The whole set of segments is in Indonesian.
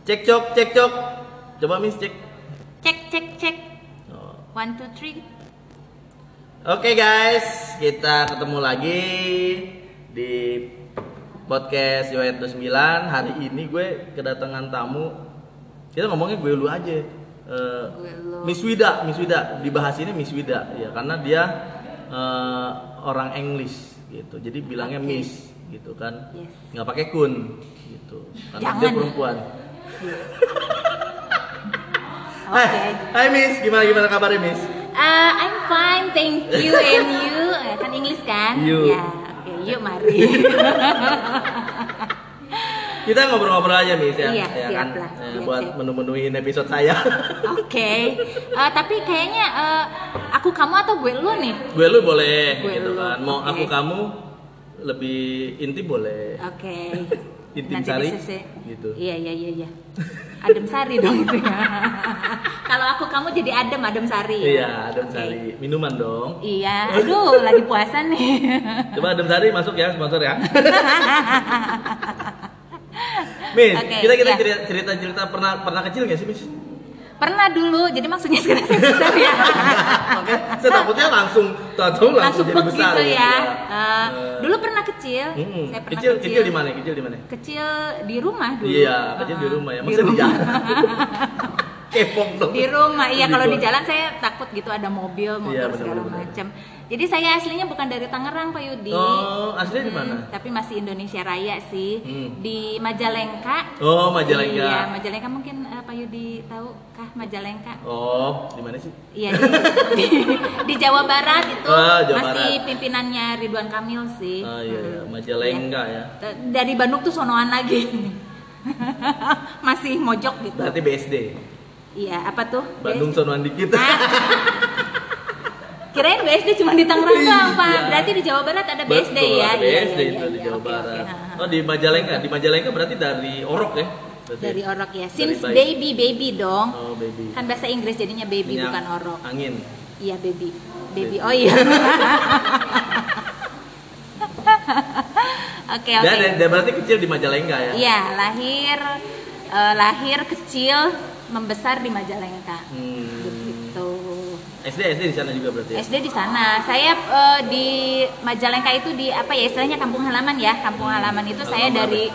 Cek cok. Coba Miss cek. Cek. Oh. 1, 2, 3. Oke guys, kita ketemu lagi di podcast Yoyet 29. Hari ini gue kedatangan tamu. Kita ngomongnya gue lu aja. Miss Wida, dibahas ini Miss Wida ya, karena dia orang English gitu. Jadi bilangnya Miss gitu kan. Yes. Nggak pakai kun gitu. Karena Jangan. dia perempuan. Oke. Hai Miss, gimana kabarnya Miss? I'm fine, thank you. And you? Kan English kan? You. Ya, oke. Yuk mari. Kita ngobrol-ngobrol aja Miss ya. Iya, ya siap kan? lah. Buat Siap. menu-menuin episode saya. Oke. Tapi kayaknya aku kamu atau gue lu nih? Gue lu boleh Gue gitu lu, kan. Mau oke. aku kamu lebih intim boleh. Oke. Intim Nanti sari bisa gitu. Iya. Adem sari dong itu ya. Kalau aku kamu jadi adem sari. Ya? Iya, adem Oke. sari. Minuman dong. Iya, aduh lagi puasa nih. Coba adem sari masuk ya sponsor ya. Miss, Oke, kita iya. cerita pernah kecil nggak sih Miss? Pernah dulu, jadi maksudnya sekarang saya besar ya. Oke, saya takutnya langsung langsung jadi besar begitu gitu ya. Dulu pernah kecil. Mm-mm. Saya pernah Kecil di mana? Kecil di rumah dulu. Iya, kecil di rumah ya. Di Masa di rumah. jalan? Kepok dong. Di rumah, iya kalau di Gitu. jalan saya takut gitu ada mobil Iya, segala benar-benar. macam. Jadi saya aslinya bukan dari Tangerang Pak Yudi. Oh, aslinya di mana? Tapi masih Indonesia Raya sih. Hmm. Di Majalengka. Oh, Majalengka. Iya, Majalengka mungkin Pak Yudi tahu kah Majalengka? Oh, di mana sih? Iya di Jawa Barat itu Jawa masih Barat. pimpinannya Ridwan Kamil sih. Oh iya, Majalengka ya. Dari Bandung tuh sonoan lagi. Masih mojok gitu. Berarti BSD. Iya, apa tuh? Bandung sonoan dikit. Ah. Kirain BSD cuma di Tangerang doang, Pak. Iya. Berarti di Jawa Barat ada BSD Betul, ya. ada Iya, BSD iya, itu iya, di iya. Jawa Oke, Barat. oke, ha. Oh, di Majalengka. Di Majalengka berarti dari Orok ya? Berarti. Dari Orok ya. Dari Since bayi. baby dong. Oh, baby. Kan bahasa Inggris jadinya baby Minyak bukan Orok. Angin. Iya, baby. Baby. Oh iya. Oke. Dia berarti kecil di Majalengka ya? Iya, lahir kecil, membesar di Majalengka. Begitu. SD di sana juga berarti ya? SD di sana. Saya di Majalengka itu di apa ya istilahnya kampung halaman ya. Kampung halaman itu saya Halaman dari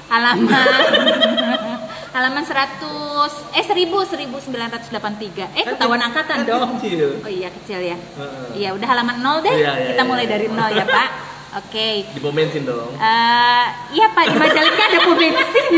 halaman 1983. Ketahuan angkatan kan dong. kecil. Oh iya kecil ya. Heeh. Iya, udah halaman 0 deh. Iya, Kita iya, mulai iya. dari 0 ya, Pak. Oke. Di pom bensin dong. Iya Pak, di Majalengka ada pom bensin.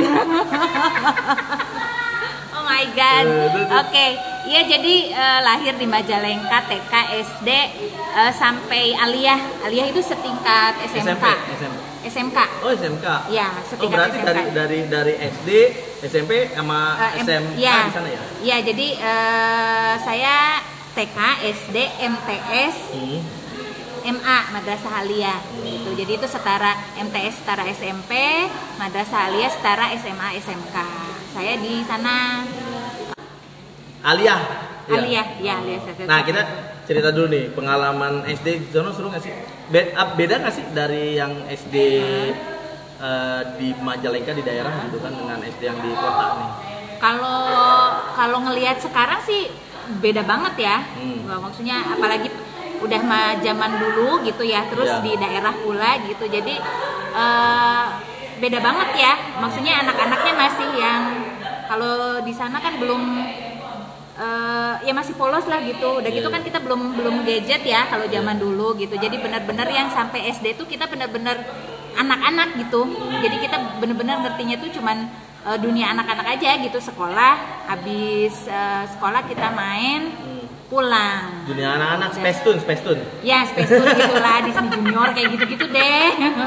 Oh my god. Oke. Iya, jadi lahir di Majalengka, TK, SD sampai aliyah. Aliyah itu setingkat SMK. SMK. Oh, SMK. Ya, Oh, setingkat berarti SMK. dari SD, SMP sama SMA iya. di sana ya? Iya, jadi saya TK, SD, MTS, MA, Madrasah Aliyah gitu. Jadi itu setara MTS setara SMP, Madrasah Aliyah setara SMA SMK. Saya di sana. Aliyah. Ya. Aliyah, ya Aliyah. Nah, kita cerita dulu nih, pengalaman SD di sana seru nggak sih? Beda nggak sih dari yang SD di Majalengka di daerah gitu kan dengan SD yang di kota nih? Kalau ngelihat sekarang sih beda banget ya. Maksudnya apalagi udah zaman dulu gitu ya, terus Iya. di daerah pula gitu. Jadi beda banget ya. Maksudnya anak-anaknya masih yang kalau di sana kan belum ya masih polos lah gitu. Udah gitu kan kita belum gadget ya kalau zaman dulu gitu. Jadi benar-benar yang sampai SD tuh kita benar-benar anak-anak gitu. Jadi kita benar-benar ngertinya tuh cuman dunia anak-anak aja gitu. Sekolah, habis sekolah kita main, pulang. Dunia anak-anak Space Tune. Ya, Space Tune gitulah, Disney Junior kayak gitu-gitu deh.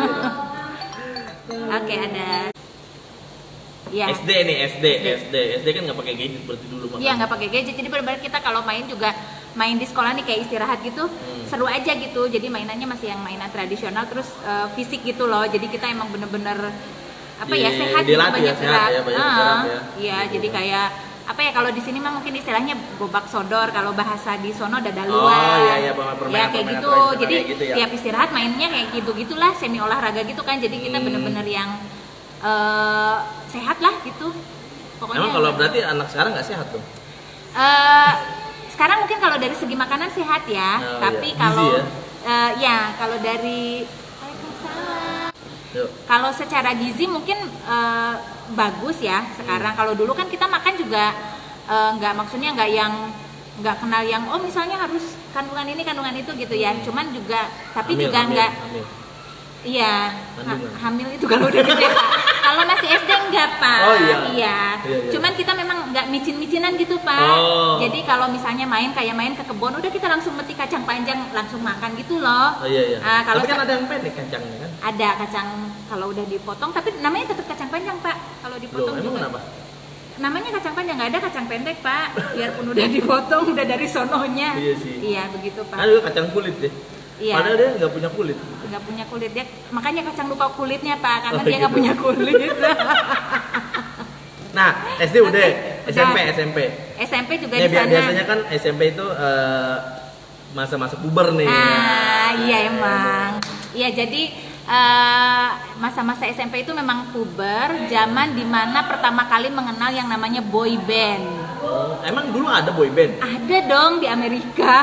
Oke, ada. Ya. SD kan nggak pakai gadget berarti dulu. Iya, nggak pakai gadget. Jadi benar-benar kita kalau main juga main di sekolah nih kayak istirahat gitu, seru aja gitu. Jadi mainannya masih yang mainan tradisional, terus fisik gitu loh. Jadi kita emang bener-bener apa ya sehat gitu, dilatih banyak ya, sehat ya, banyak gerak ya. Iya, jadi kayak apa ya kalau di sini mah mungkin istilahnya gobak sodor, kalau bahasa di sono dadaluan. Oh iya permainan Ya kayak gitu. tradisional Jadi kayak gitu ya. tiap istirahat mainnya kayak gitu-gitulah, semi olahraga gitu kan. Jadi kita bener-bener yang sehat lah gitu. Pokoknya Emang kalau berarti anak sekarang nggak sehat tuh? Sekarang mungkin kalau dari segi makanan sehat ya, tapi iya. kalau Gizi ya kalau dari Yuk. kalau secara gizi mungkin bagus ya sekarang. Kalau dulu kan kita makan juga maksudnya nggak kenal yang misalnya harus kandungan ini kandungan itu gitu ya. Cuman juga tapi hamil, juga nggak. Iya, hamil itu kalau udah gede Pak. Kalau masih SD enggak Pak. Oh iya. Iya. Cuman kita memang nggak micin-micinan gitu Pak. Jadi kalau misalnya main ke kebun, udah kita langsung metik kacang panjang langsung makan gitu loh. Oh iya. Kalau tapi kan ada yang pendek kacangnya kan? Ada kacang kalau udah dipotong, tapi namanya tetap kacang panjang Pak. Kalau dipotong. Emang kenapa? Namanya kacang panjang, nggak ada kacang pendek Pak. Biarpun udah dipotong, udah dari sononya. Iya sih. Iya begitu Pak. Ada kacang kulit deh. Iya. Padahal dia nggak punya kulit. Nggak punya kulit dia, makanya kacang lupa kulitnya Pak, karena dia gitu. nggak punya kulit. Nah, SD udah, SMP juga ya, di sana. biasanya kan SMP itu masa-masa puber nih. Iya emang. Iya jadi masa-masa SMP itu memang puber, zaman dimana pertama kali mengenal yang namanya boy band. Emang dulu ada boy band? Ada dong di Amerika.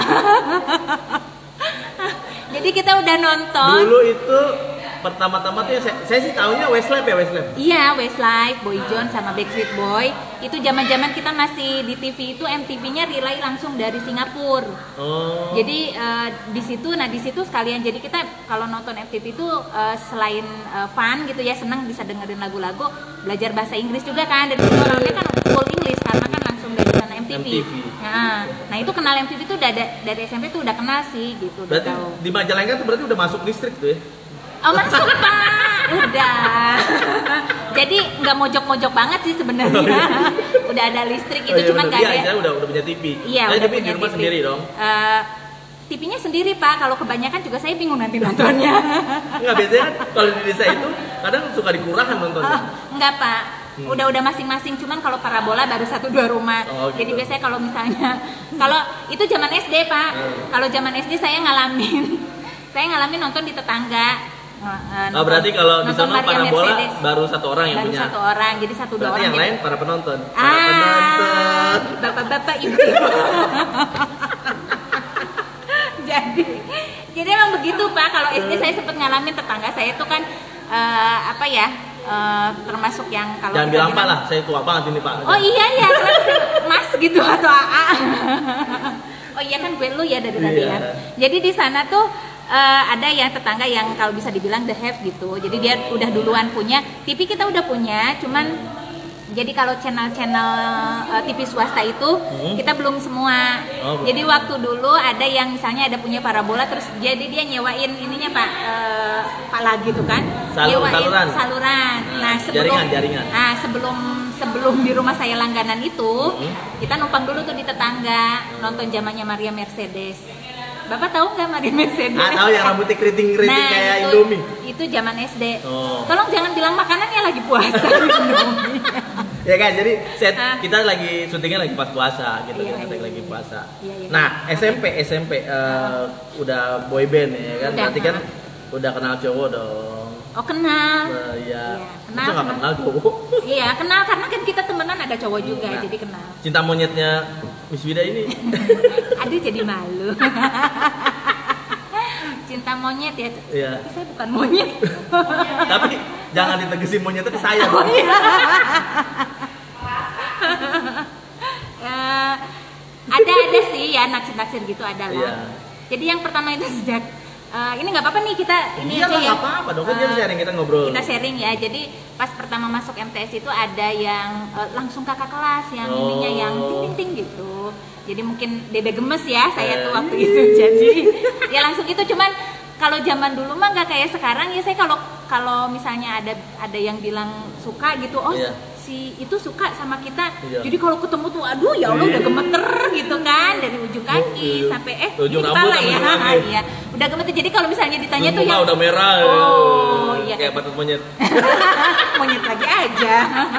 Jadi kita udah nonton. Dulu itu pertama-tama tuh ya, saya sih tahunya Westlife ya, Westlife. Iya, Westlife, Boyzone sama Backstreet Boy. Itu zaman-zaman kita masih di TV itu MTV-nya relay langsung dari Singapura. Jadi di situ sekalian, jadi kita kalau nonton MTV itu selain fun gitu ya, senang bisa dengerin lagu-lagu, belajar bahasa Inggris juga kan. Dan itu orangnya kan full English karena kan langsung dari sana MTV. Nah, itu kenal MTV itu udah dari SMP tuh udah kenal sih gitu. Berarti di Majalengka tuh berarti udah masuk listrik tuh ya? Oh masuk Pak, udah. Jadi nggak mojok-mojok banget sih sebenarnya. Udah ada listrik itu, cuman nggak ada. Udah punya TV. Iya, udah TV punya di rumah TV. sendiri dong. TV-nya sendiri Pak. Kalau kebanyakan juga saya bingung nanti nontonnya. Enggak, biasanya kan kalau di desa itu kadang suka dikurahan nontonnya. Enggak Pak. Udah masing-masing, cuman kalau parabola baru 1-2 rumah. Gitu. Jadi biasanya kalau misalnya kalau itu zaman SD Pak. Kalau zaman SD saya ngalamin nonton di tetangga. Berarti kalau di sana parabola Mercedes. baru satu orang yang punya. Baru satu orang, jadi 1-2 orang. Berarti yang lain para penonton. Bapak-bapak ibu. Jadi emang begitu Pak. Kalau SD saya sempat ngalamin tetangga saya itu kan termasuk yang kalau jangan bilang Pak lah, saya tua banget ini Pak. Oh iya Mas gitu atau AA. Oh iya kan gue lu ya dari tadi ya. Jadi di sana tuh ada yang tetangga yang kalau bisa dibilang the have gitu. Jadi dia udah duluan punya. TV kita udah punya, cuman jadi kalau channel-channel TV swasta itu kita belum semua. Jadi waktu dulu ada yang misalnya ada punya parabola, terus jadi dia nyewain ininya Pak lagi tuh kan, nyewain saluran. Nah jaringan. Nah sebelum di rumah saya langganan itu, kita numpang dulu tuh di tetangga nonton zamannya Maria Mercedes. Bapak tahu nggak Maria Mercedes? Tahu yang rambutnya keriting kayak Indomie. Itu zaman SD. Tolong jangan bilang makanannya lagi puasa. Indomie. Ya kan, jadi kita lagi syutingnya lagi pas puasa gitu, lagi puasa. Iya. Nah, SMP udah boy band ya kan, berarti kan udah kenal cowok dong. Oh kenal. Iya. Kenal. Masa nggak kenal cowok? Iya kenal karena kan kita temenan ada cowok juga, jadi kenal. Cinta monyetnya Miss Wida ini. Aduh jadi malu. Cinta monyet ya. Iya. Tapi saya bukan monyet. Tapi jangan ditegesin monyetnya ke saya. Oh, iya. Ada sih ya naksir gitu adalah. Iya. Jadi yang pertama itu sejak ini nggak apa-apa nih kita ini aja ya. Nggak apa-apa dong, kan sharing, kita ngobrol. Kita sharing ya. Jadi pas pertama masuk MTS itu ada yang langsung kakak kelas yang ininya yang ting gitu. Jadi mungkin dede gemes ya saya tuh waktu itu. Jadi ya langsung itu, cuman kalau zaman dulu mah nggak kayak sekarang ya. Saya kalau misalnya ada yang bilang suka gitu, si itu suka sama kita. Jadi kalau ketemu tuh aduh ya Allah udah gemeter gitu kan, dari ujung kaki sampai ujung kepala rambut ya. Iya. Udah gemeter. Jadi kalau misalnya ditanya tuh ya udah merah. Iya kayak patut monyet. Monyet lagi aja.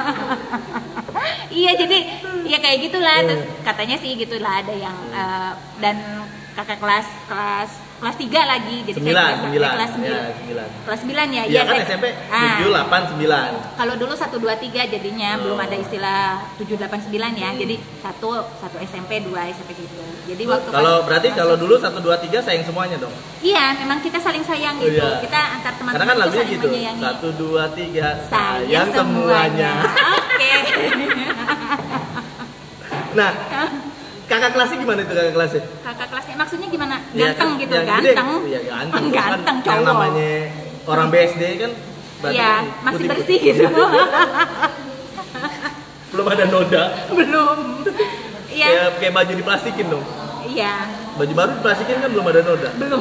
Iya, jadi ya kayak gitulah. Terus katanya sih gitulah ada yang dan kakak kelas kelas 3 lagi. Jadi 9, saya kelas 9. Ya, kelas 9 ya. Iya kan saya, SMP 7, 8, 9. Kalau dulu 1 2 3 jadinya belum ada istilah 7 8 9 ya. Jadi satu SMP, 2 SMP gitu. Jadi waktu berarti kalau dulu 1 2 3 sayang semuanya dong. Iya, memang kita saling sayang gitu. Iya. Kita antar teman-teman Karena kan itu lagunya saling gitu. menyayangi. 1 2 3 Sayang semuanya. Oke. Nah, kakak kelasnya gimana itu kakak kelasnya? Kakak kelasnya maksudnya gimana? Ya, Ganteng kan, gitu, yang ganteng. Gede, iya, ganteng. Ganteng Kan cowok. yang namanya orang BSD kan berarti Iya, kan masih putih-putih. bersih gitu. Belum ada noda. Belum. Iya. Kayak baju diplastikin dong. Iya. Baju baru diplastikin kan belum ada noda. Belum.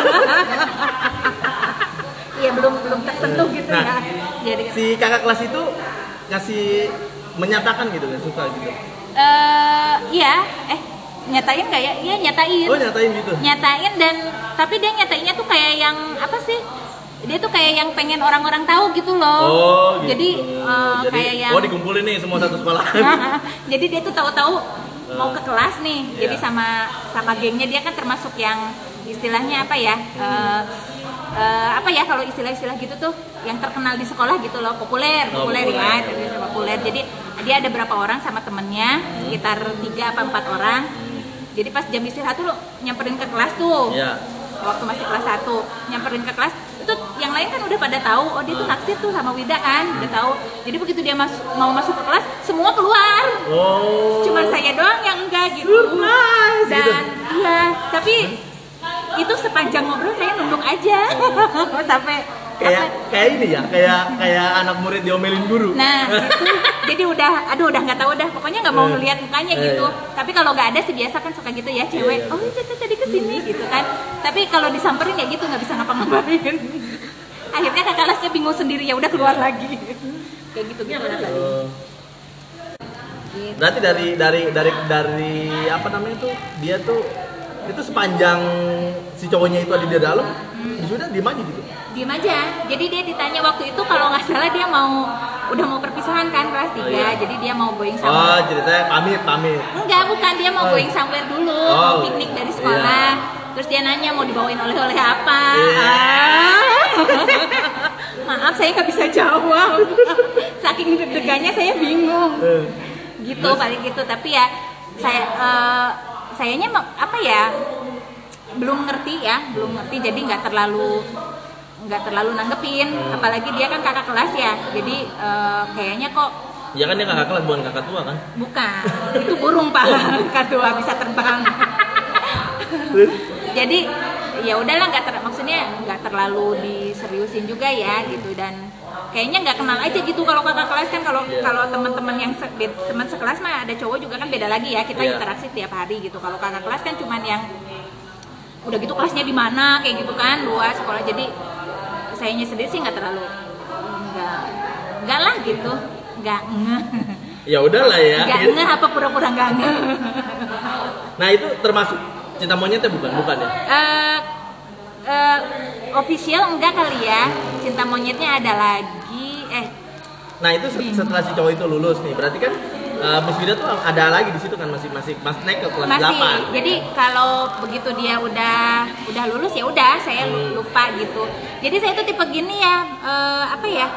Iya, belum tersentuh gitu Nah, ya. Jadi si kakak kelas itu ngasih menyatakan gitu kan suka gitu. iya, nyatain nggak ya? Iya, nyatain. Oh, nyatain gitu. Nyatain tapi dia nyatainnya tuh kayak yang apa sih? Dia tuh kayak yang pengen orang-orang tahu gitu loh. Oh, gitu. Jadi kayak yang dikumpulin nih semua satu sekolah. jadi dia tuh tahu-tahu mau ke kelas nih. Iya. Jadi sama gengnya dia kan termasuk yang istilahnya apa ya? Apa ya kalau istilah-istilah gitu tuh yang terkenal di sekolah gitu loh, populer ya, terus populer. Jadi dia ada berapa orang sama temennya, sekitar 3 apa 4 orang. Jadi pas jam istirahat tuh nyamperin ke kelas tuh. Iya. Waktu masih kelas 1, nyamperin ke kelas itu yang lain kan udah pada tahu, oh dia tuh naksir tuh sama Wida kan, udah tahu. Jadi begitu dia mau masuk ke kelas, semua keluar. Oh. Cuman saya doang yang enggak gitu. Surprise, Dan gitu. iya, tapi itu sepanjang ngobrol saya nunduk aja. sampai kayak ini ya, kayak anak murid diomelin guru. Nah, gitu. Jadi udah nggak tahu dah. Pokoknya nggak mau ngeliat mukanya gitu. Tapi kalau nggak ada sih biasa kan suka gitu ya cewek. Oh, itu tadi kesini gitu kan. Tapi kalau disamperin ya gitu nggak bisa ngapa-ngapain. Akhirnya kakak kelasnya bingung sendiri ya udah keluar lagi. Kayak gitu tadi. Gitu. Berarti dari apa namanya tuh dia tuh itu sepanjang si cowoknya itu ada di dalam, sudah diem aja gitu. Diem aja. Jadi dia ditanya waktu itu kalau nggak salah dia udah mau perpisahan kan kelas 3. Iya. Jadi dia mau going Oh, somewhere. ceritanya pamit. Enggak, bukan, dia mau going somewhere dulu, mau piknik dari sekolah. Iya. Terus dia nanya mau dibawain oleh-oleh apa. Iya. Maaf saya nggak bisa jawab. Saking deg-degannya saya bingung. Gitu paling gitu. Tapi ya sayanya apa ya, belum ngerti jadi nggak terlalu nanggepin, apalagi dia kan kakak kelas ya, jadi kayaknya kok ya kan dia kakak kelas, bukan kakak tua kan? Bukan, itu burung pak, kakak tua bisa terbang. Jadi ya udahlah, maksudnya nggak terlalu diseriusin juga ya gitu, dan kayaknya nggak kenal aja gitu kalau kakak kelas kan. Kalau teman-teman yang teman sekelas mah ada cowok juga kan beda lagi ya, kita interaksi tiap hari gitu. Kalau kakak kelas kan cuman yang udah gitu kelasnya di mana kayak gitu kan, luas sekolah. Jadi sayanya sendiri sih nggak terlalu nggak lah gitu, nggak ngeh. Ya udahlah ya. Nggak ngeh apa pura-pura nggak ngeh. Nah itu termasuk cinta monyetnya bukan ya? Official enggak kali ya, cinta monyetnya ada lagi. Nah itu setelah si cowok itu lulus nih, berarti kan Miss Wida tuh ada lagi di situ kan, masih naik ke kelas 8. Jadi kalau begitu dia udah lulus ya udah saya lupa gitu. Jadi saya tuh tipe gini ya, apa ya?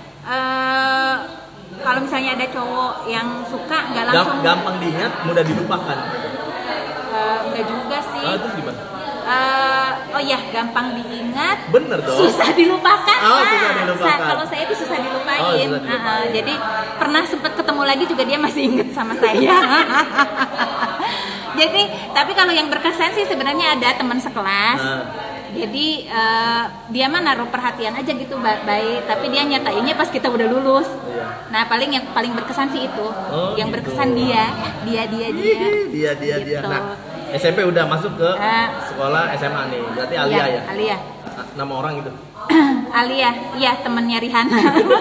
Kalau misalnya ada cowok yang suka nggak langsung gampang diingat, mudah dilupakan. Enggak juga sih. Terus gimana? Oh ya, gampang diingat. Bener dong. Susah dilupakan. Susah dilupakan. Kalau saya itu susah dilupain. Susah dilupain. Jadi pernah sempat ketemu lagi juga dia masih ingat sama saya. Jadi, tapi kalau yang berkesan sih sebenarnya ada teman sekelas. Jadi dia mah naruh perhatian aja gitu baik, tapi dia nyatainnya pas kita udah lulus. Nah yang paling berkesan sih itu, yang gitu. berkesan dia. Dia. Nah SMP udah masuk ke sekolah SMA nih, berarti Alia ya? Alia. Nama orang itu? Alia, iya temennya Rihanna.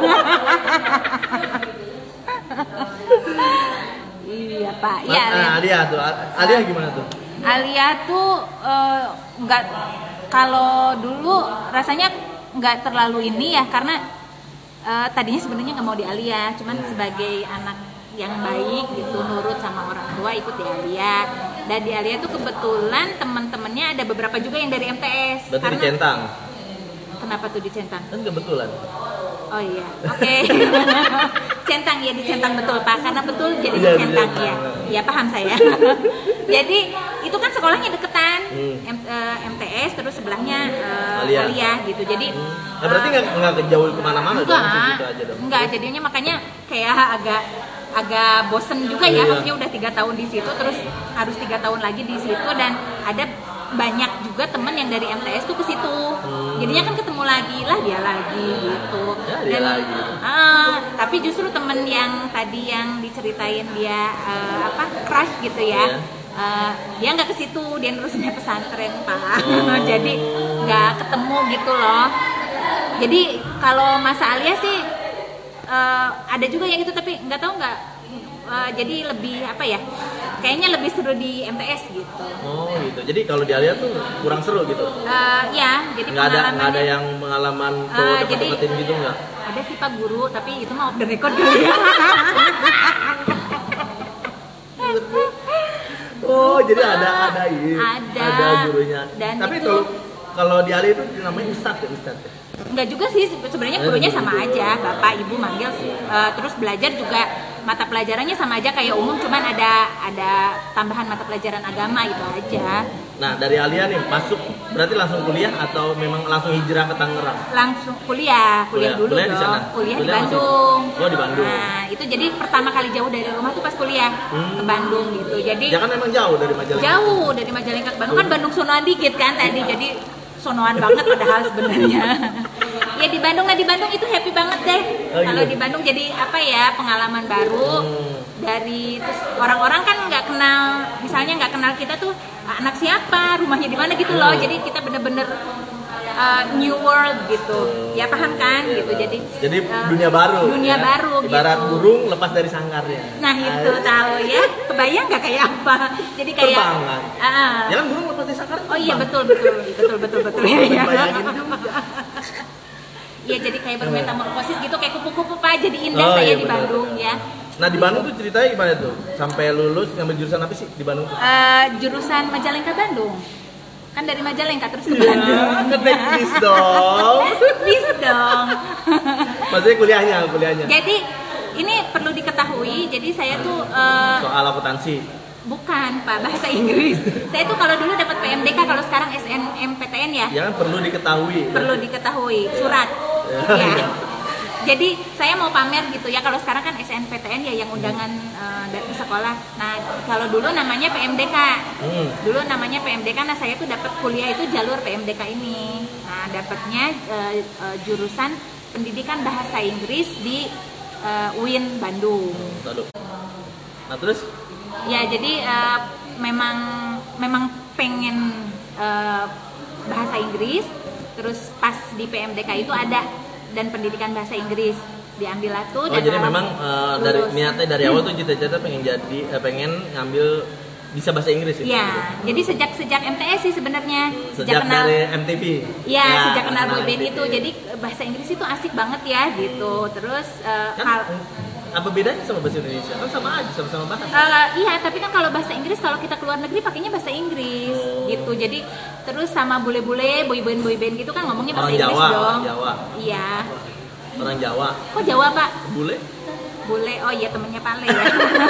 Iya pak, iya. Alia tuh, Alia gimana tuh? Alia tuh nggak, kalau dulu rasanya nggak terlalu ini ya, karena tadinya sebenarnya nggak mau di Alia, cuman sebagai anak yang baik gitu, nurut sama orang tua, ikut di Alia. Dan di Alia tuh kebetulan teman-temannya ada beberapa juga yang dari MTS. Berarti dicentang. Kenapa tuh dicentang? Kan kebetulan. Oh iya, oke. Centang ya, dicentang betul Pak, karena betul jadi dicentang ya. Ya paham saya. Jadi itu kan sekolahnya deketan, MTS terus sebelahnya Alia gitu. Jadi berarti nggak jauh kemana-mana dong, enggak, aja dong. Enggak, jadinya makanya kayak agak bosen juga ya, maksudnya udah 3 tahun di situ, terus harus 3 tahun lagi di situ, dan ada banyak juga temen yang dari MTS tuh ke situ, jadinya kan ketemu lagi lah dia lagi gitu. Ya, dia lagi. Tapi justru temen yang tadi yang diceritain dia crush gitu ya, dia nggak ke situ, dia nerusinnya pesantren Pak. Jadi nggak ketemu gitu loh. Jadi kalau Masa Alia sih ada juga yang itu, tapi nggak tahu jadi lebih apa ya, kayaknya lebih seru di MTS gitu. Oh gitu, jadi kalau di Alia tuh kurang seru gitu? Ya, jadi nggak ada yang pengalaman cowok deket-deketin gitu nggak? Ada sih Pak Guru, tapi itu mah off the record kali ya. Oh jadi ada ini, ada gurunya. Dan tapi itu, kalau di Alia itu namanya Ustadz ya? Enggak juga sih, sebenarnya gurunya sama aja, bapak ibu manggil, terus belajar juga mata pelajarannya sama aja kayak umum, cuman ada tambahan mata pelajaran agama itu aja. Nah dari Alia nih masuk berarti langsung kuliah atau memang langsung hijrah ke Tangerang? Langsung kuliah dulu kuliah dong. Di sana? Kuliah di Bandung. Oh di Bandung. Nah itu jadi pertama kali jauh dari rumah tuh pas kuliah ke Bandung gitu. Jadi ya kan memang jauh dari Majalengka. Jauh dari Majalengka ke Bandung, kan Bandung sonoan dikit kan tadi, jadi sonoan banget padahal sebenarnya. Ya di Bandung itu happy banget deh. Kalau di Bandung jadi apa ya, pengalaman baru. Dari terus orang-orang kan nggak kenal, misalnya nggak kenal kita tuh anak siapa, rumahnya di mana gitu loh. Jadi kita bener-bener new world gitu. Ya paham kan gitu. Jadi dunia baru. Dunia baru ibarat gitu. burung lepas dari sangkarnya. Nah itu tahu ya, kebayang nggak kayak apa? Jadi kayak terbangan. Ya kan burung lepas dari sangkar. Oh iya betul ya. Bayangin juga. Iya jadi kayak bermetamorfosis gitu, kayak kupu-kupu Pak, jadi indah saya di Bandung ya. Nah di Bandung tuh ceritanya gimana tuh? Sampai lulus ngambil jurusan apa sih di Bandung tuh? Jurusan Majalengka Bandung. Kan dari Majalengka terus ke Bandung. Bis dong. Bis dong. Maksudnya kuliahnya. Jadi ini perlu diketahui, jadi saya tuh soal akuntansi. Bukan Pak, bahasa Inggris. Saya tuh kalau dulu dapat PMDK, kalau sekarang SNMPTN ya. Ya kan perlu diketahui. Perlu diketahui, surat. Ya. Jadi saya mau pamer gitu ya, kalau sekarang kan SNPTN ya yang undangan dari sekolah. Nah kalau dulu namanya PMDK. Dulu namanya PMDK. Nah saya tuh dapat kuliah itu jalur PMDK ini. Nah dapatnya jurusan Pendidikan Bahasa Inggris di UIN Bandung. Nah terus? Ya jadi memang pengen bahasa Inggris, terus pas di PMDK itu ada dan pendidikan bahasa Inggris diambil tuh. Dan jadi memang dari niatnya dari awal tuh cita-cita pengen ngambil bisa bahasa Inggris ya? Iya, jadi sejak MTS sih sebenarnya. Sejak kenal, dari MTV? Iya, sejak kenal boyband itu, jadi bahasa Inggris itu asik banget ya gitu. Terus apa bedanya sama bahasa Indonesia? Kan sama aja, sama-sama bahasa. Iya, tapi kan kalau bahasa Inggris, kalau kita keluar negeri pakainya bahasa Inggris gitu. Jadi terus sama bule-bule, boyband gitu kan ngomongnya bahasa Inggris dong. Orang Jawa. Iya. Orang Jawa. Kok Jawa Pak? Bule. Oh iya, temennya Pale ya.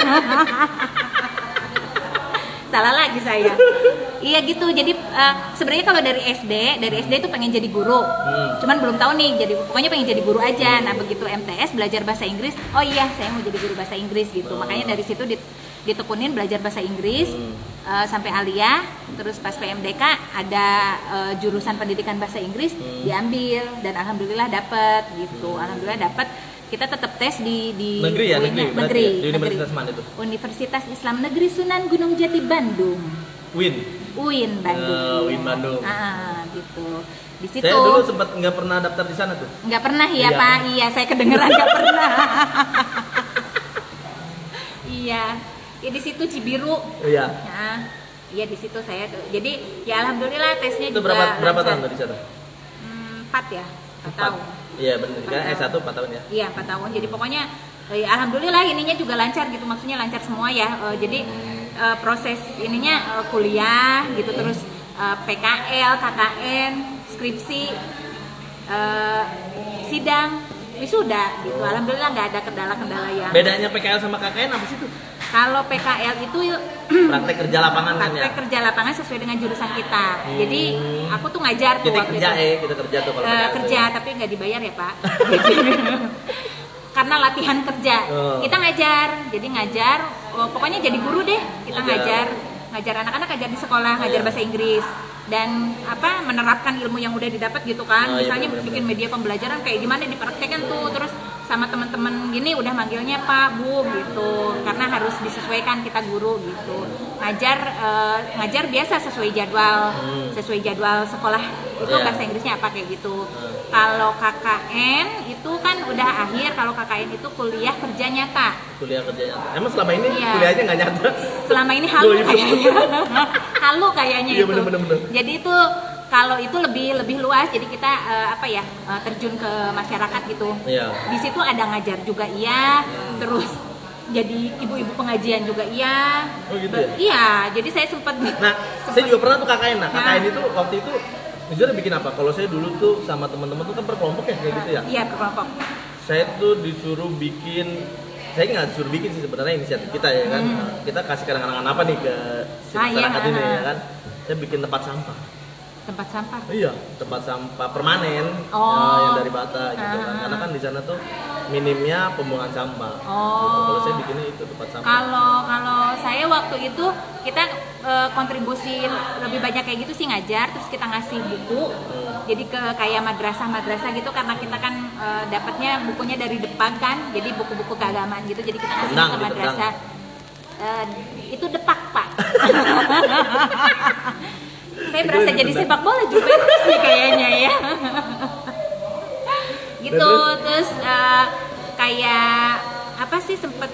Salah lagi saya. Iya gitu. Jadi sebenarnya kalau dari SD itu pengen jadi guru. Cuman belum tahu nih. Jadi pokoknya pengen jadi guru aja. Nah begitu MTS belajar bahasa Inggris. Oh iya, saya mau jadi guru bahasa Inggris gitu. Makanya dari situ ditekunin belajar bahasa Inggris sampai Alia. Terus pas PMDK ada jurusan pendidikan bahasa Inggris diambil dan alhamdulillah dapet gitu. Alhamdulillah dapet. Kita tetap tes di negeri ya, negeri. Di Universitas mana itu? Universitas Islam Negeri Sunan Gunung Jati Bandung. UIN Bandung. UIN Bandung. Gitu. Di situ. Saya dulu sempat nggak pernah daftar di sana tuh. Nggak pernah ya Pak? Iya, saya kedengeran nggak pernah. Iya. Ya di situ Cibiru. Iya. Nah, iya di situ saya tuh. Jadi ya alhamdulillah tesnya itu juga. Berapa tahun tuh di sana? 4 ya. 4 tahun. Iya benar, kan S1 4 tahun ya? Iya 4 tahun, jadi pokoknya Alhamdulillah ininya juga lancar gitu, maksudnya lancar semua ya. Jadi proses ininya kuliah gitu, terus PKL, KKN, skripsi, sidang, wisuda gitu. Alhamdulillah nggak ada kendala-kendala yang. Bedanya PKL sama KKN apa sih tuh? Kalau PKL itu praktek kerja lapangan kan ya? Praktek kerja lapangan sesuai dengan jurusan kita. Jadi aku tuh ngajar tuh kita waktu kerja itu. kita kerja tuh kalau PKL kerja tapi nggak dibayar ya Pak. Karena latihan kerja. Kita ngajar, jadi ngajar. Pokoknya jadi guru deh. Kita ngajar anak-anak, ngajar di sekolah, ngajar bahasa Inggris dan menerapkan ilmu yang udah didapat gitu kan. Misalnya bikin media pembelajaran kayak gimana dipraktekkan tuh, terus sama teman-teman gini udah manggilnya Pak, Bu gitu. Karena harus disesuaikan, kita guru gitu. Ngajar biasa sesuai jadwal sekolah itu bahasa Inggrisnya apa kayak gitu. Kalau KKN itu kan udah akhir, kalau KKN itu kuliah kerja nyata. Kuliah kerja nyata. Emang selama ini kuliahnya nggak nyata? Selama ini halu kayaknya. Halu kayaknya itu. Bener. Jadi itu kalau itu lebih luas, jadi kita terjun ke masyarakat gitu. Iya. Di situ ada ngajar juga terus jadi ibu-ibu pengajian juga Oh gitu ya? Iya, jadi saya sempat. Nah, saya juga pernah tuh KKN. KKN itu waktu itu Misalnya bikin apa? Kalau saya dulu tuh sama teman-teman tuh kan berkelompok ya kayak gitu ya. Iya, berkelompok. Saya tuh disuruh bikin, saya nggak disuruh bikin sih sebenarnya, inisiatif kita ya kan. Kita kasih kenangan apa nih ke masyarakat ini ya kan. Saya bikin tempat sampah. Tempat sampah? Iya, tempat sampah permanen yang dari bata gitu kan. Karena kan di sana tuh minimnya pembuangan sampah. Gitu. Kalau saya bikinnya itu tempat sampah. Kalau saya waktu itu kita kontribusi lebih banyak kayak gitu sih, ngajar, terus kita ngasih buku. Jadi ke kayak madrasah gitu, karena kita kan dapatnya bukunya dari Depak kan. Jadi buku-buku keagamaan gitu. Jadi kita kasih ke madrasah. Itu Depak, Pak. Saya berasa jadi sepak bola Juventus sih kayaknya ya. Gitu, terus kayak apa sih sempet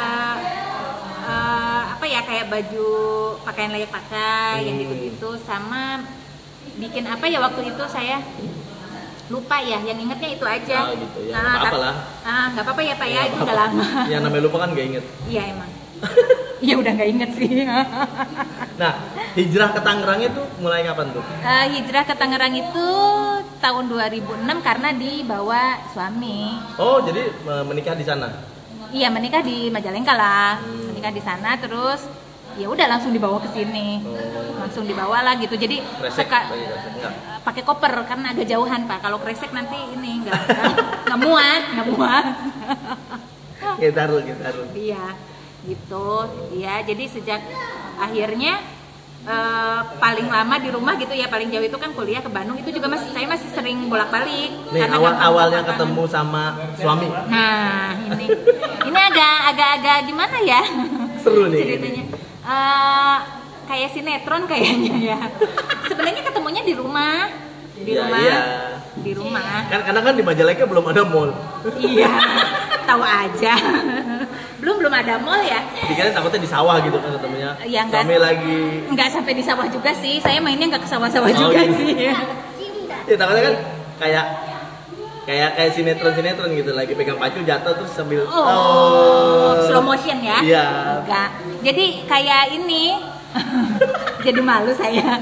kayak baju pakaian layak pakai yang gitu-gitu, sama bikin apa ya waktu itu saya lupa ya, yang ingetnya itu aja. Gitu ya. Nggak apa-apa lah. Nggak apa-apa ya Pak ya, itu udah lama. Ya namanya lupa kan nggak inget. Iya emang. Ya udah nggak inget sih. Nah, hijrah ke Tangerang itu mulai kapan tuh? Hijrah ke Tangerang itu tahun 2006 karena dibawa suami. Oh, jadi menikah di sana? Iya, menikah di Majalengka lah. Menikah di sana, terus ya udah langsung dibawa ke sini. Langsung dibawa lah gitu. Jadi pakai koper karena agak jauhan Pak. Kalau kresek nanti ini nggak muat. Gitar. Iya, gitu. Ya, jadi sejak akhirnya paling lama di rumah gitu ya, paling jauh itu kan kuliah ke Bandung, itu juga saya masih sering bolak-balik. Nih awalnya ketemu sama suami. Nah ini agak gimana ya? Seru nih ceritanya. Kayak sinetron kayaknya ya. Sebenarnya ketemunya di rumah. Di rumah. Kan karena kan di Majalengka belum ada mall. Iya. Tahu aja. belum ada mall ya. Dikira takutnya di sawah gitu kan ketemunya. Ya, suami lagi. Enggak sampai di sawah juga sih. Saya mainnya enggak ke sawah-sawah juga gitu. sih. Ya takutnya kan kayak sinetron gitu, lagi pegang pacul jatuh terus sambil slow motion ya. Iya. Enggak. Jadi kayak ini. Jadi malu saya.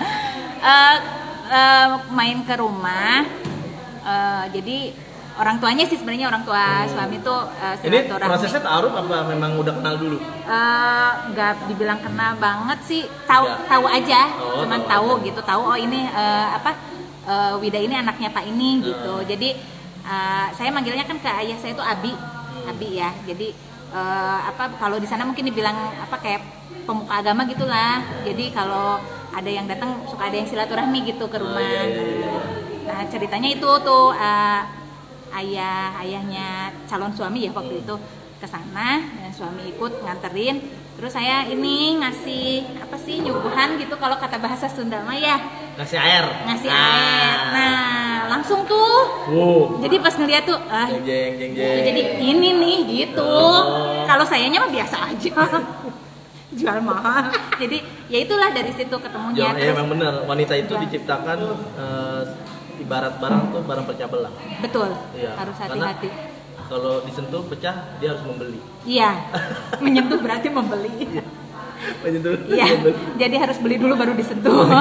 Main ke rumah. Jadi orang tuanya sih sebenarnya, orang tua suami tuh ini prosesnya ta'aruf apa memang udah kenal dulu? Nggak dibilang kenal banget sih, tahu aja, cuman tahu gitu, tahu ini Wida ini anaknya Pak ini gitu. Jadi saya manggilnya kan ke ayah saya tuh Abi ya. Jadi kalau di sana mungkin dibilang kayak pemuka agama gitulah. Jadi kalau ada yang datang suka ada yang silaturahmi gitu ke rumah. Nah ceritanya itu tuh ayahnya calon suami ya waktu itu ke sana, dan suami ikut nganterin. Terus saya ini ngasih nyuguhan gitu, kalau kata bahasa Sunda mah ya. Ngasih air. Nah, langsung tuh. Jadi pas ngeliat tuh jeng. Jadi ini nih gitu. Kalau sayanya mah biasa aja. Jual mahal. Jadi ya itulah dari situ ketemunya. Ya memang benar, wanita itu diciptakan ibarat barang tuh barang pecah belah. Betul. Iya. Harus hati-hati. kalau disentuh pecah dia harus membeli. Iya. Menyentuh berarti membeli. Menyentuh. Iya. Jadi harus beli dulu baru disentuh.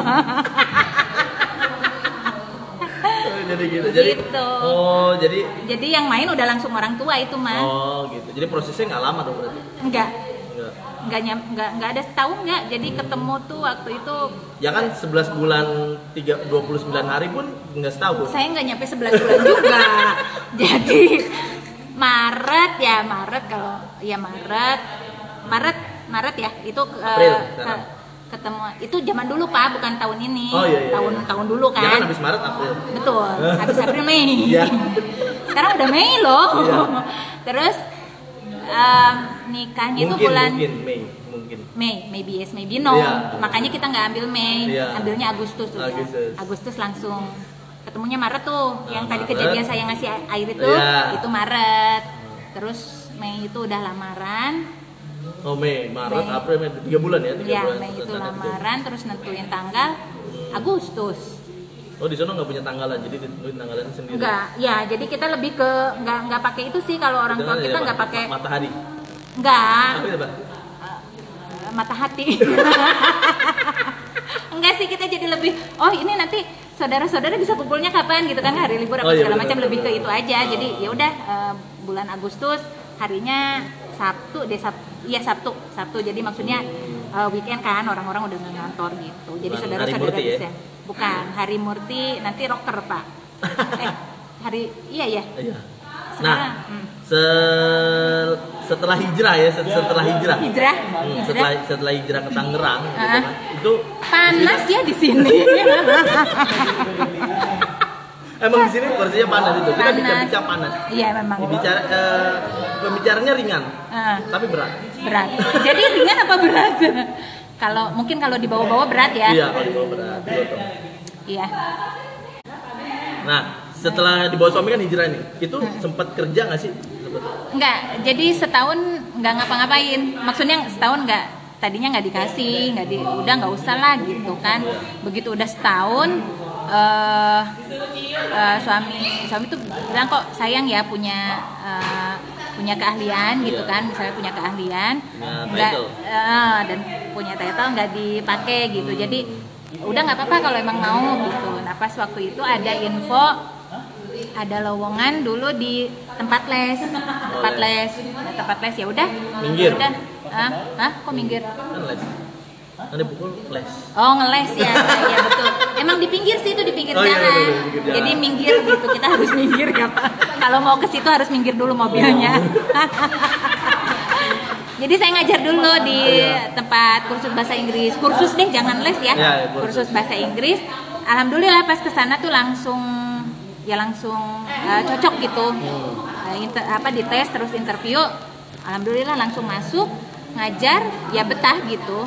Jadi gitu. Jadi Gitu. oh, jadi yang main udah langsung orang tua itu mah. oh gitu. Jadi prosesnya nggak lama dong berarti. Enggak. Enggak. Enggak ada setahun enggak. Jadi ketemu tuh waktu itu Ya kan 11 bulan 29 hari pun enggak setahun. saya nggak nyampe 11 bulan juga. Jadi Maret kalau ya Maret ya itu April, sekarang. ketemu itu zaman dulu Pak, bukan tahun ini. Oh, iya. Tahun dulu kan. Ya kan habis Maret April. Betul, habis April Mei. Iya. Sekarang udah Mei loh. Iya. Terus nikahnya itu Mungkin bulan Mei, mungkin. Mei, maybe yes, maybe no. Iya. Makanya kita nggak ambil Mei, Iya. ambilnya Agustus. Agustus langsung. Ketemunya Maret tuh, yang tadi Maret. kejadian saya ngasih air itu, Iya. itu Maret. Terus Mei itu udah lamaran. Oh Mei, Maret, Mei. April, Mei 3 bulan ya, 3 Ya, bulan. Mei itu Tanda kejadian. lamaran, terus nentuin tanggal Agustus. Oh di sana nggak punya tanggalan, jadi ditentuin tanggalan sendiri. Enggak, ya jadi kita lebih ke nggak pakai itu sih kalau orang tua Itu kan kita ya, nggak pakai. matahari. Enggak. Apa ya, Pak? Mata hati. Enggak sih, kita jadi lebih ini nanti saudara-saudara bisa kumpulnya kapan gitu kan, hari libur apa Oh, iya, segala benar, macam, benar, lebih ke benar. itu aja. Jadi ya udah bulan Agustus harinya Sabtu deh, Sabtu. Jadi maksudnya weekend kan, orang-orang udah nggak ngantor gitu. Jadi Bukan saudara-saudara Hari Murti, bisa. Bukan Hari Murti, nanti rocker Pak. Iya. Iya. Sekarang, Nah, setelah hijrah ya, setelah hijrah. Hijrah. Setelah hijrah ke Tangerang, gitu kan, itu Panas ya di sini. emang di sini porsinya panas itu. Kita Panas. bicara panas. Iya memang. Pembicaranya ringan, Ah. tapi berat. Berat. Jadi ringan apa berat? Mungkin kalau dibawa-bawa berat ya. Iya, kalau dibawa berat. Betul. Iya. Nah, setelah dibawa suami kan hijrah nih, itu sempat kerja nggak sih? Enggak. Jadi setahun nggak ngapa-ngapain. Maksudnya setahun nggak. Tadinya nggak dikasih, udah nggak usah lah gitu kan. Begitu udah setahun, suami tuh bilang kok sayang ya punya keahlian gitu kan, misalnya punya keahlian nggak dan punya title nggak dipakai gitu. Jadi udah nggak apa-apa kalau emang mau gitu. Nah pas waktu itu ada info, ada lowongan dulu di tempat les. Nah, tempat les ya udah. Minggir. Udah. Kok minggir? Kan les. Kan dipukul les. Oh ngeles ya, ya betul. Emang di pinggir sih itu, di pinggir Oh, iya, jalan. betul, di pinggir jalan. Jadi minggir gitu, kita harus minggir ya Pak. Kalau mau ke situ harus minggir dulu mobilnya. Jadi saya ngajar dulu di tempat kursus bahasa Inggris. Kursus deh, jangan les ya. Iya, Kursus bahasa Inggris. Alhamdulillah pas ke sana tuh langsung cocok gitu. Dites terus interview. Alhamdulillah langsung masuk, ngajar, ya betah gitu.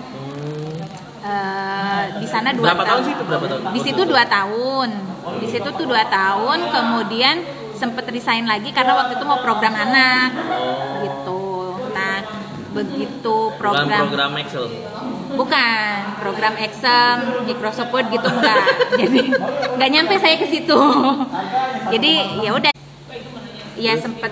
Di sana 2 Berapa tahun. tahun sih itu? Berapa tahun? Di situ 2 tahun. Di situ tuh 2 tahun, kemudian sempet resign lagi karena waktu itu mau program anak gitu. Nah, begitu Bukan program Excel. bukan program Excel, Microsoft Word gitu enggak. Jadi nggak nyampe saya ke situ. Jadi ya udah. Ya sempet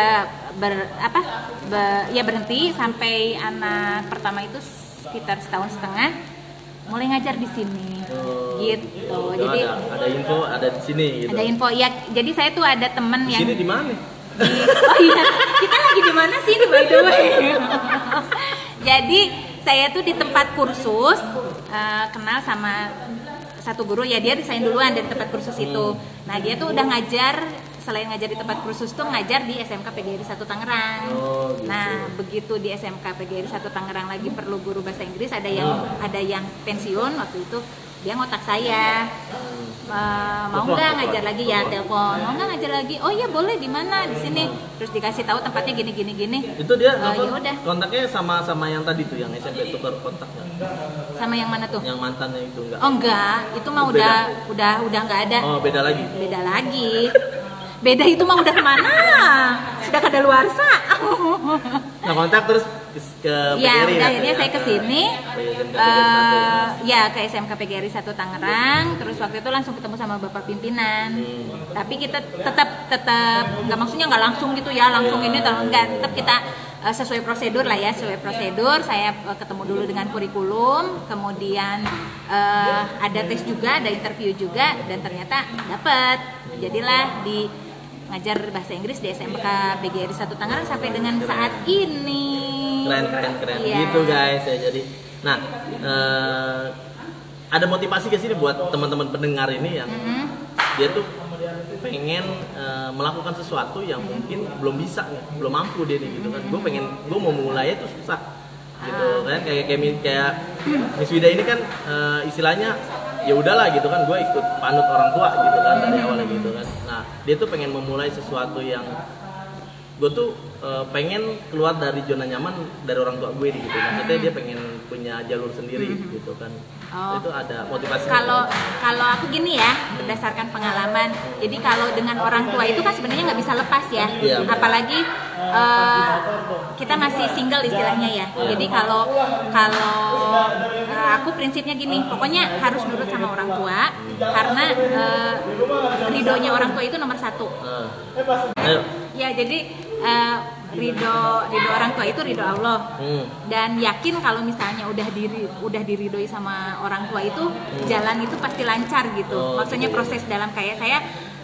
berhenti sampai anak pertama itu sekitar 1,5 tahun mulai ngajar di sini. Gitu. Jadi ada info ada di sini gitu. ada info ya. Jadi saya tuh ada temen Di yang sini di mana? Oh iya, kita lagi di mana sih ini by the way? Jadi saya tuh di tempat kursus kenal sama satu guru, ya dia resign duluan dari tempat kursus itu. Nah dia tuh udah ngajar, selain ngajar di tempat kursus tuh ngajar di SMK PGRI 1 Tangerang. Gitu. Nah begitu di SMK PGRI 1 Tangerang lagi perlu guru bahasa Inggris, ada yang pensiun waktu itu, dia ngotak saya, mau nggak ngajar lagi, ya telepon, mau nggak ngajar lagi, oh iya boleh, di mana, di sini, terus dikasih tahu tempatnya gini. Itu dia ya udah. kontaknya sama yang tadi tuh yang SMP tukar kontaknya. Sama yang mana tuh? Yang mantannya itu enggak. Oh enggak, itu mah udah nggak ada. Oh, beda lagi. Beda itu mah udah kemana? Udah kadaluarsa. Nah, kontak terus ke Ya, PGRI udah akhirnya saya ke sini. ya. Ya, ke SMK PGRI 1 Tangerang. Terus waktu itu langsung ketemu sama Bapak pimpinan. Tapi kita tetap nggak, maksudnya nggak langsung gitu ya, langsung ini enggak, tetap kita sesuai prosedur lah ya, sesuai prosedur. Saya ketemu dulu dengan kurikulum, kemudian ada tes juga, ada interview juga, dan ternyata dapat. Jadilah di ngajar bahasa Inggris di SMK PGRI 1 Tangerang sampai dengan saat ini. Keren. Iya. Gitu guys ya. Jadi, nah ada motivasi gak sih nih buat teman-teman pendengar ini yang dia tuh pengen melakukan sesuatu yang mungkin belum bisa, belum mampu dia nih gitu kan. Gue mau mulai itu susah gitu kan, kayak Miss Wida ini kan istilahnya ya udahlah gitu kan, gue ikut panut orang tua gitu kan dari awalnya gitu kan. Nah dia tuh pengen memulai sesuatu yang gue tuh pengen keluar dari zona nyaman dari orang tua gue gitu. Maksudnya dia pengen punya jalur sendiri gitu kan. Itu ada motivasi. Kalau aku gini ya, berdasarkan pengalaman. Jadi kalau dengan orang tua itu kan sebenarnya nggak bisa lepas ya. Iya, apalagi kita masih single istilahnya ya. Jadi kalau aku prinsipnya gini, pokoknya harus nurut sama orang tua karena ridhonya orang tua itu nomor 1. Ayo. Ya, jadi ridho orang tua itu ridho Allah. Dan yakin kalau misalnya udah diridhoi sama orang tua itu jalan itu pasti lancar gitu. Maksudnya proses dalam kayak saya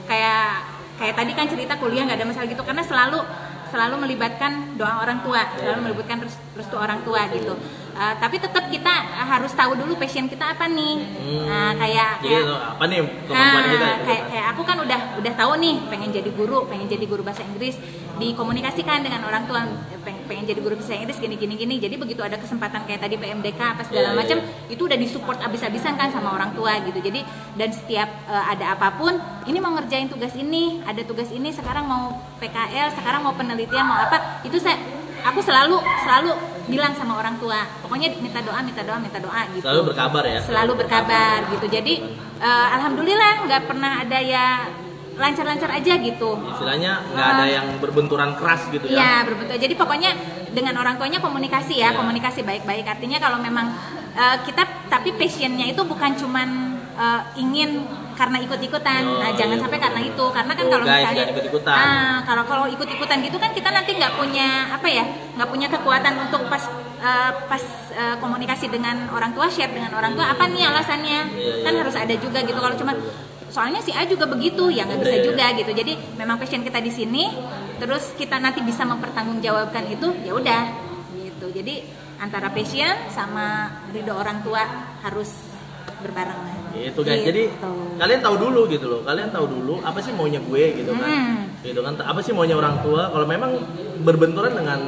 kayak tadi kan cerita kuliah nggak ada masalah gitu karena selalu melibatkan doa orang tua, selalu melibatkan restu orang tua gitu. Tapi tetap kita harus tahu dulu passion kita apa nih. Kayak apa nih kemampuan kita? Kayak aku kan udah tahu nih pengen jadi guru bahasa Inggris, dikomunikasikan dengan orang tua, pengen jadi guru bahasa Inggris gini. Jadi begitu ada kesempatan kayak tadi PMDK apa segala macam, itu udah disupport abis-abisan kan sama orang tua gitu. Jadi dan setiap ada apapun, ini mau ngerjain tugas ini, ada tugas ini, sekarang mau PKL, sekarang mau penelitian, mau apa, itu aku selalu bilang sama orang tua, pokoknya minta doa gitu. Selalu berkabar ya. Selalu berkabar gitu. Jadi alhamdulillah nggak pernah ada ya, lancar-lancar aja gitu. Istilahnya nggak ada yang berbenturan keras gitu ya. Iya, berbenturan. Jadi pokoknya dengan orang tuanya komunikasi ya, komunikasi baik-baik. Artinya kalau memang kita, tapi passionnya itu bukan cuman ingin karena ikut-ikutan. Nah, jangan sampai karena itu. Karena kan kalau misalnya kalau ikut-ikutan gitu kan kita nanti nggak punya kekuatan untuk pas komunikasi dengan orang tua, share dengan orang tua apa nih alasannya. Kan harus ada juga gitu. Kalau cuma soalnya si A juga begitu, ya nggak bisa juga gitu. Jadi memang passion kita di sini, terus kita nanti bisa mempertanggungjawabkan itu, ya udah gitu. Jadi antara passion sama ridho orang tua harus berbarengan. Gitu guys. Jadi kalian tahu dulu gitu loh. Kalian tahu dulu apa sih maunya gue gitu kan. Gitu kan. Apa sih maunya orang tua? Kalau memang berbenturan dengan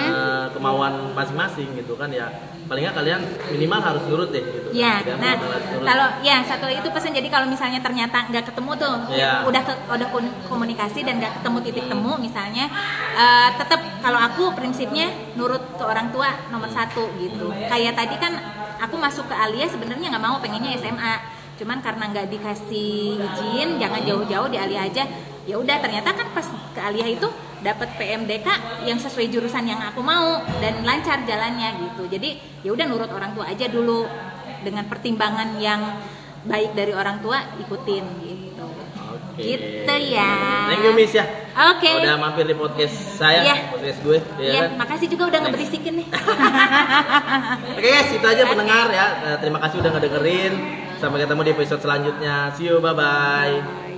kemauan masing-masing gitu kan ya. Paling nggak kalian minimal harus nurut deh gitu. Ya. Nah, kalau ya satu itu pesan, jadi kalau misalnya ternyata nggak ketemu tuh, udah komunikasi dan nggak ketemu titik temu misalnya, tetap kalau aku prinsipnya nurut ke orang tua nomor 1 gitu. Kayak tadi kan aku masuk ke Alia sebenarnya nggak mau, pengennya SMA. Cuman karena nggak dikasih izin, jangan jauh-jauh di Alia aja. Ya udah, ternyata kan pas ke Alia itu dapat PMDK yang sesuai jurusan yang aku mau dan lancar jalannya gitu. Jadi ya udah nurut orang tua aja dulu, dengan pertimbangan yang baik dari orang tua ikutin gitu. Gitu ya. Thank you Miss ya. Oke. Udah mampir di podcast saya, podcast gue. Iya, makasih juga udah ngeberisikin nih. Oke guys, itu aja pendengar ya. Terima kasih udah ngedengerin. Sampai ketemu di episode selanjutnya. See you, bye bye.